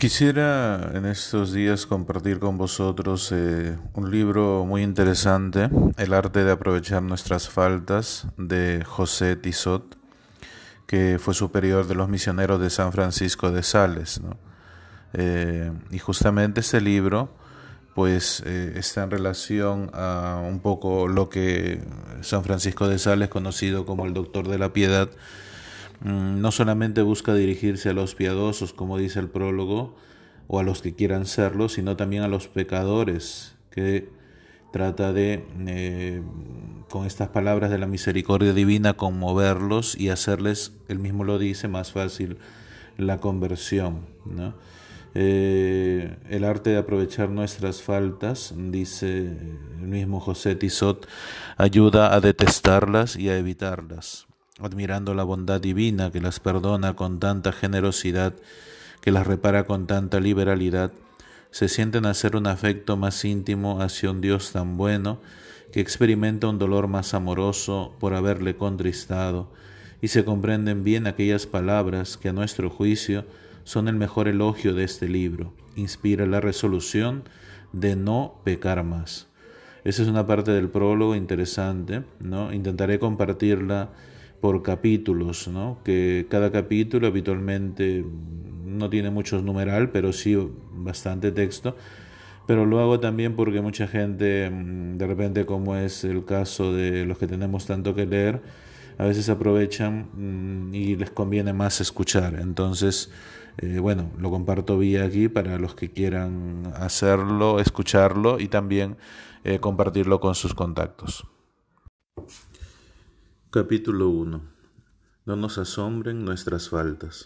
Quisiera en estos días compartir con vosotros un libro muy interesante, El arte de aprovechar nuestras faltas, de José Tissot, que fue superior de los misioneros de San Francisco de Sales, ¿no? Y justamente este libro está en relación a un poco lo que San Francisco de Sales, conocido como el Doctor de la Piedad, no solamente busca dirigirse a los piadosos, como dice el prólogo, o a los que quieran serlo, sino también a los pecadores, que trata de, con estas palabras de la misericordia divina, conmoverlos y hacerles, él mismo lo dice, más fácil la conversión, ¿no? El arte de aprovechar nuestras faltas, dice el mismo José Tissot, ayuda a detestarlas y a evitarlas, admirando la bondad divina que las perdona con tanta generosidad, que las repara con tanta liberalidad. Se sienten hacer un afecto más íntimo hacia un Dios tan bueno, que experimenta un dolor más amoroso por haberle contristado, y se comprenden bien aquellas palabras que a nuestro juicio son el mejor elogio de este libro. Inspira la resolución de no pecar más. Esa es una parte del prólogo interesante, ¿no? Intentaré compartirla por capítulos, ¿no? Que cada capítulo habitualmente no tiene mucho numeral, pero sí bastante texto. Pero lo hago también porque mucha gente, de repente, como es el caso de los que tenemos tanto que leer, a veces aprovechan y les conviene más escuchar. Entonces, bueno, lo comparto vía aquí para los que quieran hacerlo, escucharlo y también compartirlo con sus contactos. Capítulo 1. No nos asombren nuestras faltas.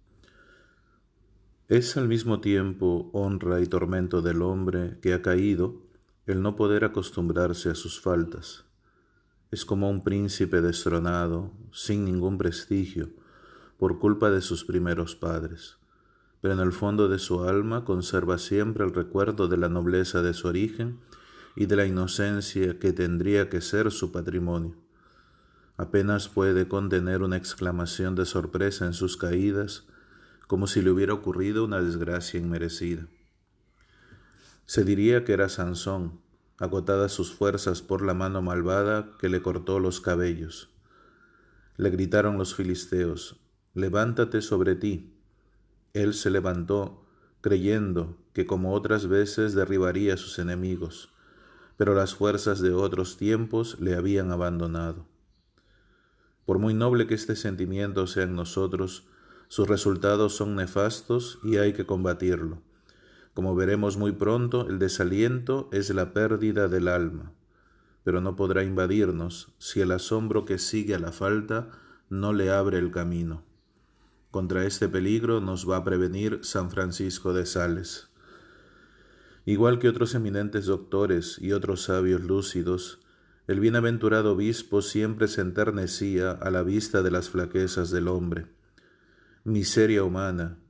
Es al mismo tiempo honra y tormento del hombre que ha caído el no poder acostumbrarse a sus faltas. Es como un príncipe destronado, sin ningún prestigio, por culpa de sus primeros padres, pero en el fondo de su alma conserva siempre el recuerdo de la nobleza de su origen y de la inocencia que tendría que ser su patrimonio. Apenas puede contener una exclamación de sorpresa en sus caídas, como si le hubiera ocurrido una desgracia inmerecida. Se diría que era Sansón, agotadas sus fuerzas por la mano malvada que le cortó los cabellos. Le gritaron los filisteos: «Levántate sobre ti». Él se levantó, creyendo que como otras veces derribaría a sus enemigos, pero las fuerzas de otros tiempos le habían abandonado. Por muy noble que este sentimiento sea en nosotros, sus resultados son nefastos y hay que combatirlo. Como veremos muy pronto, el desaliento es la pérdida del alma, pero no podrá invadirnos si el asombro que sigue a la falta no le abre el camino. Contra este peligro nos va a prevenir San Francisco de Sales. Igual que otros eminentes doctores y otros sabios lúcidos, el bienaventurado obispo siempre se enternecía a la vista de las flaquezas del hombre. Miseria humana,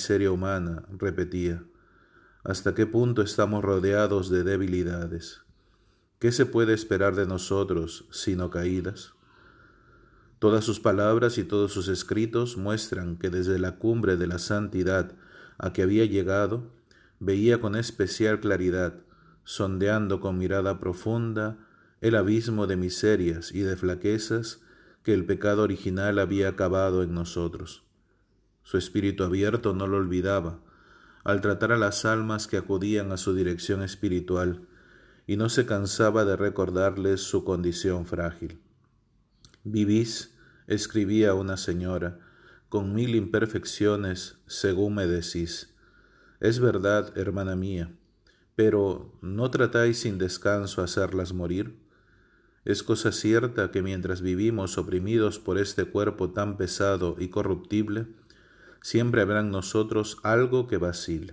repetía. ¿Hasta qué punto estamos rodeados de debilidades? ¿Qué se puede esperar de nosotros sino caídas? Todas sus palabras y todos sus escritos muestran que desde la cumbre de la santidad a que había llegado, veía con especial claridad, sondeando con mirada profunda, el abismo de miserias y de flaquezas que el pecado original había cavado en nosotros. Su espíritu abierto no lo olvidaba, al tratar a las almas que acudían a su dirección espiritual, y no se cansaba de recordarles su condición frágil. «Vivís», escribía una señora, «con 1000 imperfecciones, según me decís. Es verdad, hermana mía, pero ¿no tratáis sin descanso hacerlas morir? Es cosa cierta que mientras vivimos oprimidos por este cuerpo tan pesado y corruptible, siempre habrá en nosotros algo que vacile».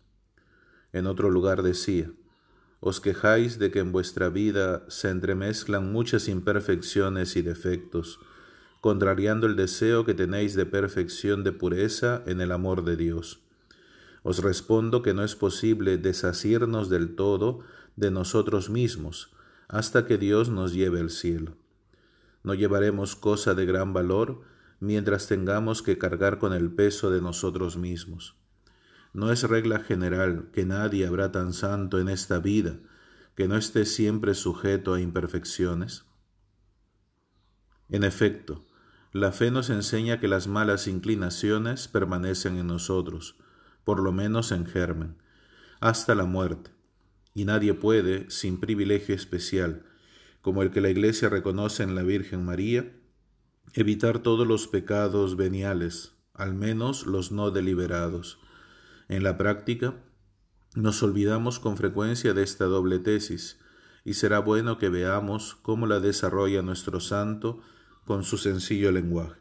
En otro lugar decía: «Os quejáis de que en vuestra vida se entremezclan muchas imperfecciones y defectos, contrariando el deseo que tenéis de perfección, de pureza en el amor de Dios. Os respondo que no es posible desasirnos del todo de nosotros mismos hasta que Dios nos lleve al cielo. No llevaremos cosa de gran valor mientras tengamos que cargar con el peso de nosotros mismos. ¿No es regla general que nadie habrá tan santo en esta vida que no esté siempre sujeto a imperfecciones? En efecto, la fe nos enseña que las malas inclinaciones permanecen en nosotros, por lo menos en germen, hasta la muerte, y nadie puede, sin privilegio especial, como el que la Iglesia reconoce en la Virgen María, evitar todos los pecados veniales, al menos los no deliberados. En la práctica, nos olvidamos con frecuencia de esta doble tesis, y será bueno que veamos cómo la desarrolla nuestro santo con su sencillo lenguaje.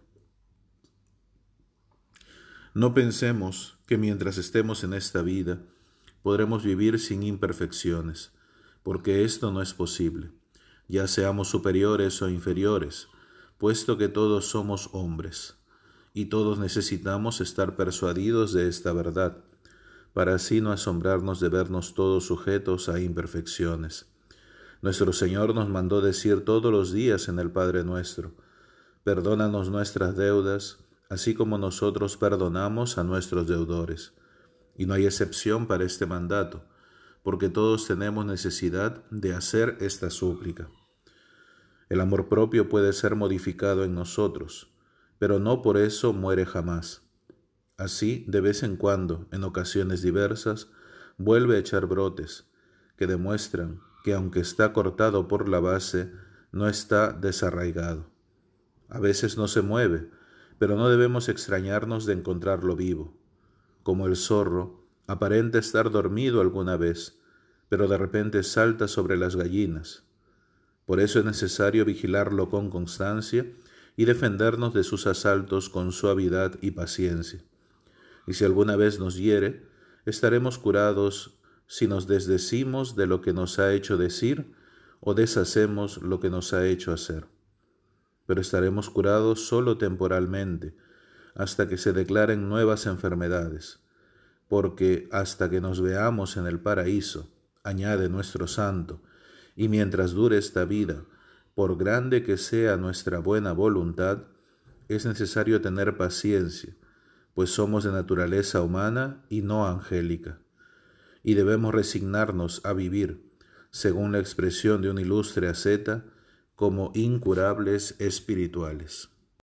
No pensemos que mientras estemos en esta vida podremos vivir sin imperfecciones, porque esto no es posible, ya seamos superiores o inferiores, puesto que todos somos hombres, y todos necesitamos estar persuadidos de esta verdad, para así no asombrarnos de vernos todos sujetos a imperfecciones. Nuestro Señor nos mandó decir todos los días en el Padre Nuestro: perdónanos nuestras deudas, así como nosotros perdonamos a nuestros deudores. Y no hay excepción para este mandato, porque todos tenemos necesidad de hacer esta súplica. El amor propio puede ser modificado en nosotros, pero no por eso muere jamás. Así, de vez en cuando, en ocasiones diversas, vuelve a echar brotes que demuestran que aunque está cortado por la base, no está desarraigado. A veces no se mueve, pero no debemos extrañarnos de encontrarlo vivo. Como el zorro, aparenta estar dormido alguna vez, pero de repente salta sobre las gallinas. Por eso es necesario vigilarlo con constancia y defendernos de sus asaltos con suavidad y paciencia. Y si alguna vez nos hiere, estaremos curados si nos desdecimos de lo que nos ha hecho decir o deshacemos lo que nos ha hecho hacer. Pero estaremos curados solo temporalmente, hasta que se declaren nuevas enfermedades, porque hasta que nos veamos en el paraíso, añade nuestro santo, y mientras dure esta vida, por grande que sea nuestra buena voluntad, es necesario tener paciencia, pues somos de naturaleza humana y no angélica, y debemos resignarnos a vivir, según la expresión de un ilustre asceta, como incurables espirituales.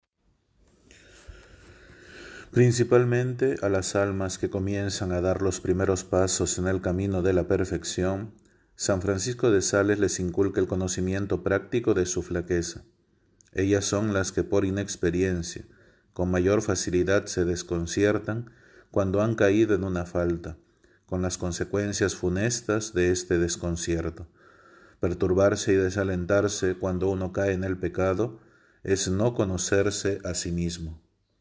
Principalmente a las almas que comienzan a dar los primeros pasos en el camino de la perfección, San Francisco de Sales les inculca el conocimiento práctico de su flaqueza. Ellas son las que por inexperiencia, con mayor facilidad se desconciertan cuando han caído en una falta, con las consecuencias funestas de este desconcierto. Perturbarse y desalentarse cuando uno cae en el pecado es no conocerse a sí mismo.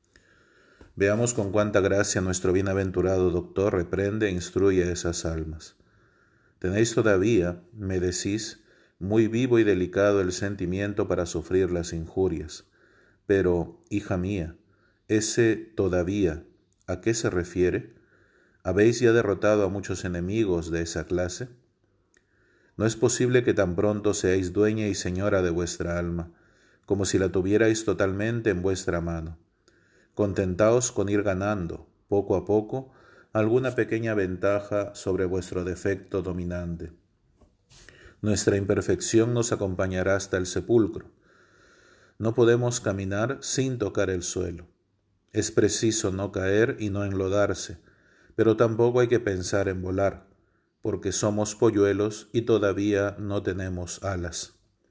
Veamos con cuánta gracia nuestro bienaventurado doctor reprende e instruye a esas almas. Tenéis todavía, me decís, muy vivo y delicado el sentimiento para sufrir las injurias. Pero, hija mía, ese todavía, ¿a qué se refiere? ¿Habéis ya derrotado a muchos enemigos de esa clase? No es posible que tan pronto seáis dueña y señora de vuestra alma, como si la tuvierais totalmente en vuestra mano. Contentaos con ir ganando, poco a poco, alguna pequeña ventaja sobre vuestro defecto dominante. Nuestra imperfección nos acompañará hasta el sepulcro. No podemos caminar sin tocar el suelo. Es preciso no caer y no enlodarse, pero tampoco hay que pensar en volar, porque somos polluelos y todavía no tenemos alas.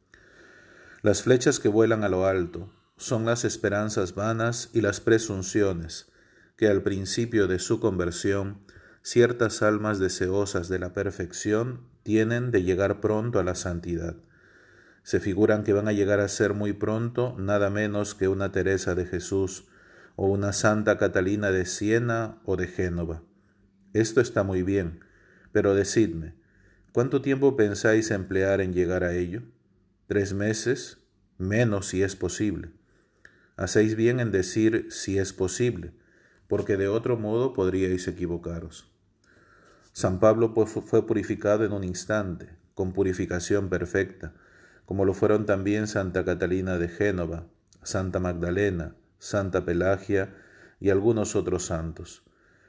Las flechas que vuelan a lo alto son las esperanzas vanas y las presunciones que al principio de su conversión ciertas almas deseosas de la perfección tienen de llegar pronto a la santidad. Se figuran que van a llegar a ser muy pronto nada menos que una Teresa de Jesús o una Santa Catalina de Siena o de Génova. Esto está muy bien, pero decidme, ¿cuánto tiempo pensáis emplear en llegar a ello? ¿3 meses? Menos si es posible. Hacéis bien en decir si es posible, porque de otro modo podríais equivocaros. San Pablo fue purificado en un instante, con purificación perfecta, como lo fueron también Santa Catalina de Génova, Santa Magdalena, Santa Pelagia y algunos otros santos.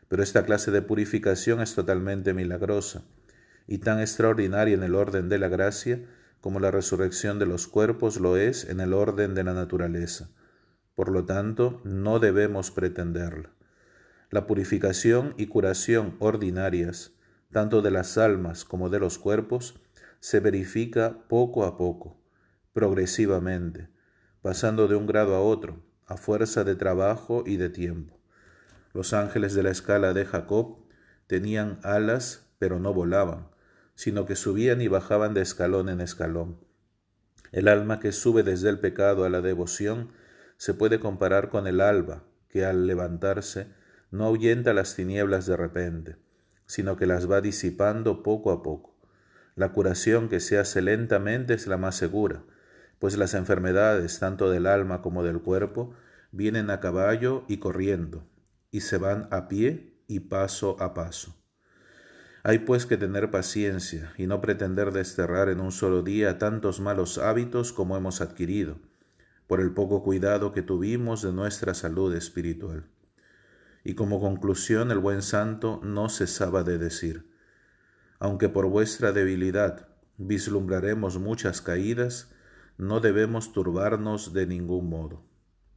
Pero esta clase de purificación es totalmente milagrosa y tan extraordinaria en el orden de la gracia como la resurrección de los cuerpos lo es en el orden de la naturaleza. Por lo tanto, no debemos pretenderla. La purificación y curación ordinarias, tanto de las almas como de los cuerpos, se verifica poco a poco, progresivamente, pasando de un grado a otro, a fuerza de trabajo y de tiempo. Los ángeles de la escala de Jacob tenían alas, pero no volaban, sino que subían y bajaban de escalón en escalón. El alma que sube desde el pecado a la devoción se puede comparar con el alba, que al levantarse no ahuyenta las tinieblas de repente, sino que las va disipando poco a poco. La curación que se hace lentamente es la más segura, pues las enfermedades, tanto del alma como del cuerpo, vienen a caballo y corriendo, y se van a pie y paso a paso. Hay pues que tener paciencia y no pretender desterrar en un solo día tantos malos hábitos como hemos adquirido, por el poco cuidado que tuvimos de nuestra salud espiritual. Y como conclusión el buen santo no cesaba de decir: aunque por vuestra debilidad vislumbraremos muchas caídas, no debemos turbarnos de ningún modo.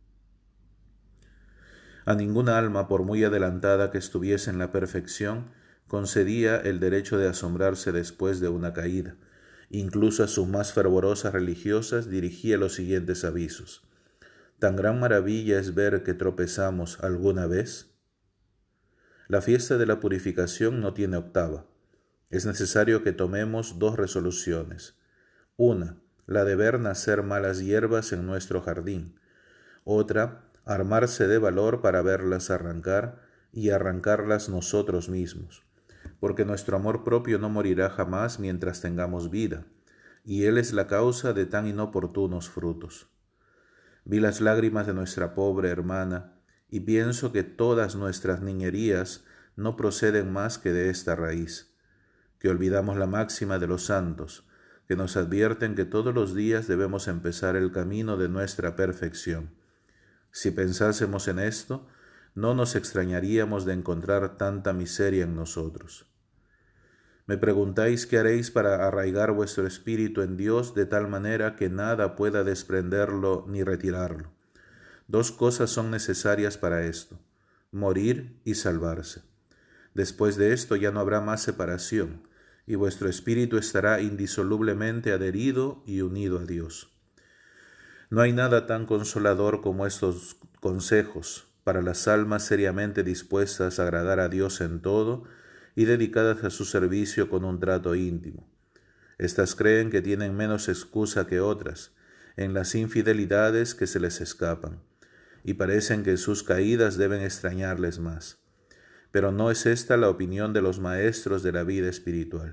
A ninguna alma, por muy adelantada que estuviese en la perfección, concedía el derecho de asombrarse después de una caída. Incluso a sus más fervorosas religiosas dirigía los siguientes avisos: ¿tan gran maravilla es ver que tropezamos alguna vez? La fiesta de la purificación no tiene octava. Es necesario que tomemos 2 resoluciones. Una, la de ver nacer malas hierbas en nuestro jardín. Otra, armarse de valor para verlas arrancar y arrancarlas nosotros mismos, porque nuestro amor propio no morirá jamás mientras tengamos vida, y él es la causa de tan inoportunos frutos. Vi las lágrimas de nuestra pobre hermana, y pienso que todas nuestras niñerías no proceden más que de esta raíz, que olvidamos la máxima de los santos, que nos advierten que todos los días debemos empezar el camino de nuestra perfección. Si pensásemos en esto, no nos extrañaríamos de encontrar tanta miseria en nosotros. Me preguntáis qué haréis para arraigar vuestro espíritu en Dios de tal manera que nada pueda desprenderlo ni retirarlo. 2 cosas son necesarias para esto: morir y salvarse. Después de esto ya no habrá más separación, y vuestro espíritu estará indisolublemente adherido y unido a Dios. No hay nada tan consolador como estos consejos para las almas seriamente dispuestas a agradar a Dios en todo y dedicadas a su servicio con un trato íntimo. Estas creen que tienen menos excusa que otras en las infidelidades que se les escapan, y parecen que sus caídas deben extrañarles más. Pero no es esta la opinión de los maestros de la vida espiritual.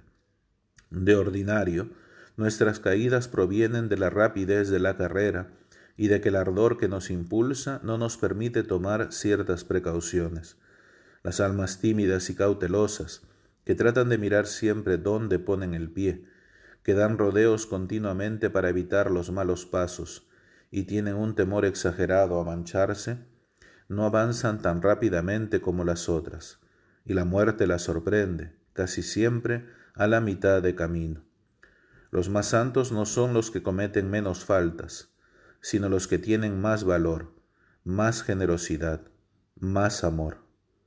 De ordinario, nuestras caídas provienen de la rapidez de la carrera y de que el ardor que nos impulsa no nos permite tomar ciertas precauciones. Las almas tímidas y cautelosas, que tratan de mirar siempre dónde ponen el pie, que dan rodeos continuamente para evitar los malos pasos y tienen un temor exagerado a mancharse, no avanzan tan rápidamente como las otras, y la muerte las sorprende, casi siempre, a la mitad de camino. Los más santos no son los que cometen menos faltas, sino los que tienen más valor, más generosidad, más amor.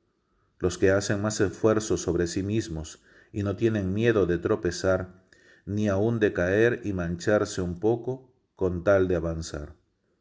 Los que hacen más esfuerzo sobre sí mismos y no tienen miedo de tropezar, ni aun de caer y mancharse un poco con tal de avanzar.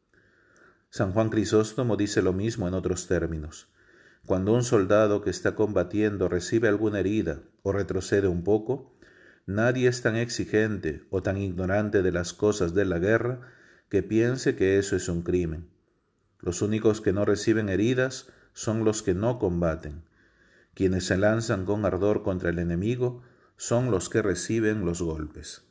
San Juan Crisóstomo dice lo mismo en otros términos. Cuando un soldado que está combatiendo recibe alguna herida o retrocede un poco, nadie es tan exigente o tan ignorante de las cosas de la guerra que piense que eso es un crimen. Los únicos que no reciben heridas son los que no combaten. Quienes se lanzan con ardor contra el enemigo son los que reciben los golpes.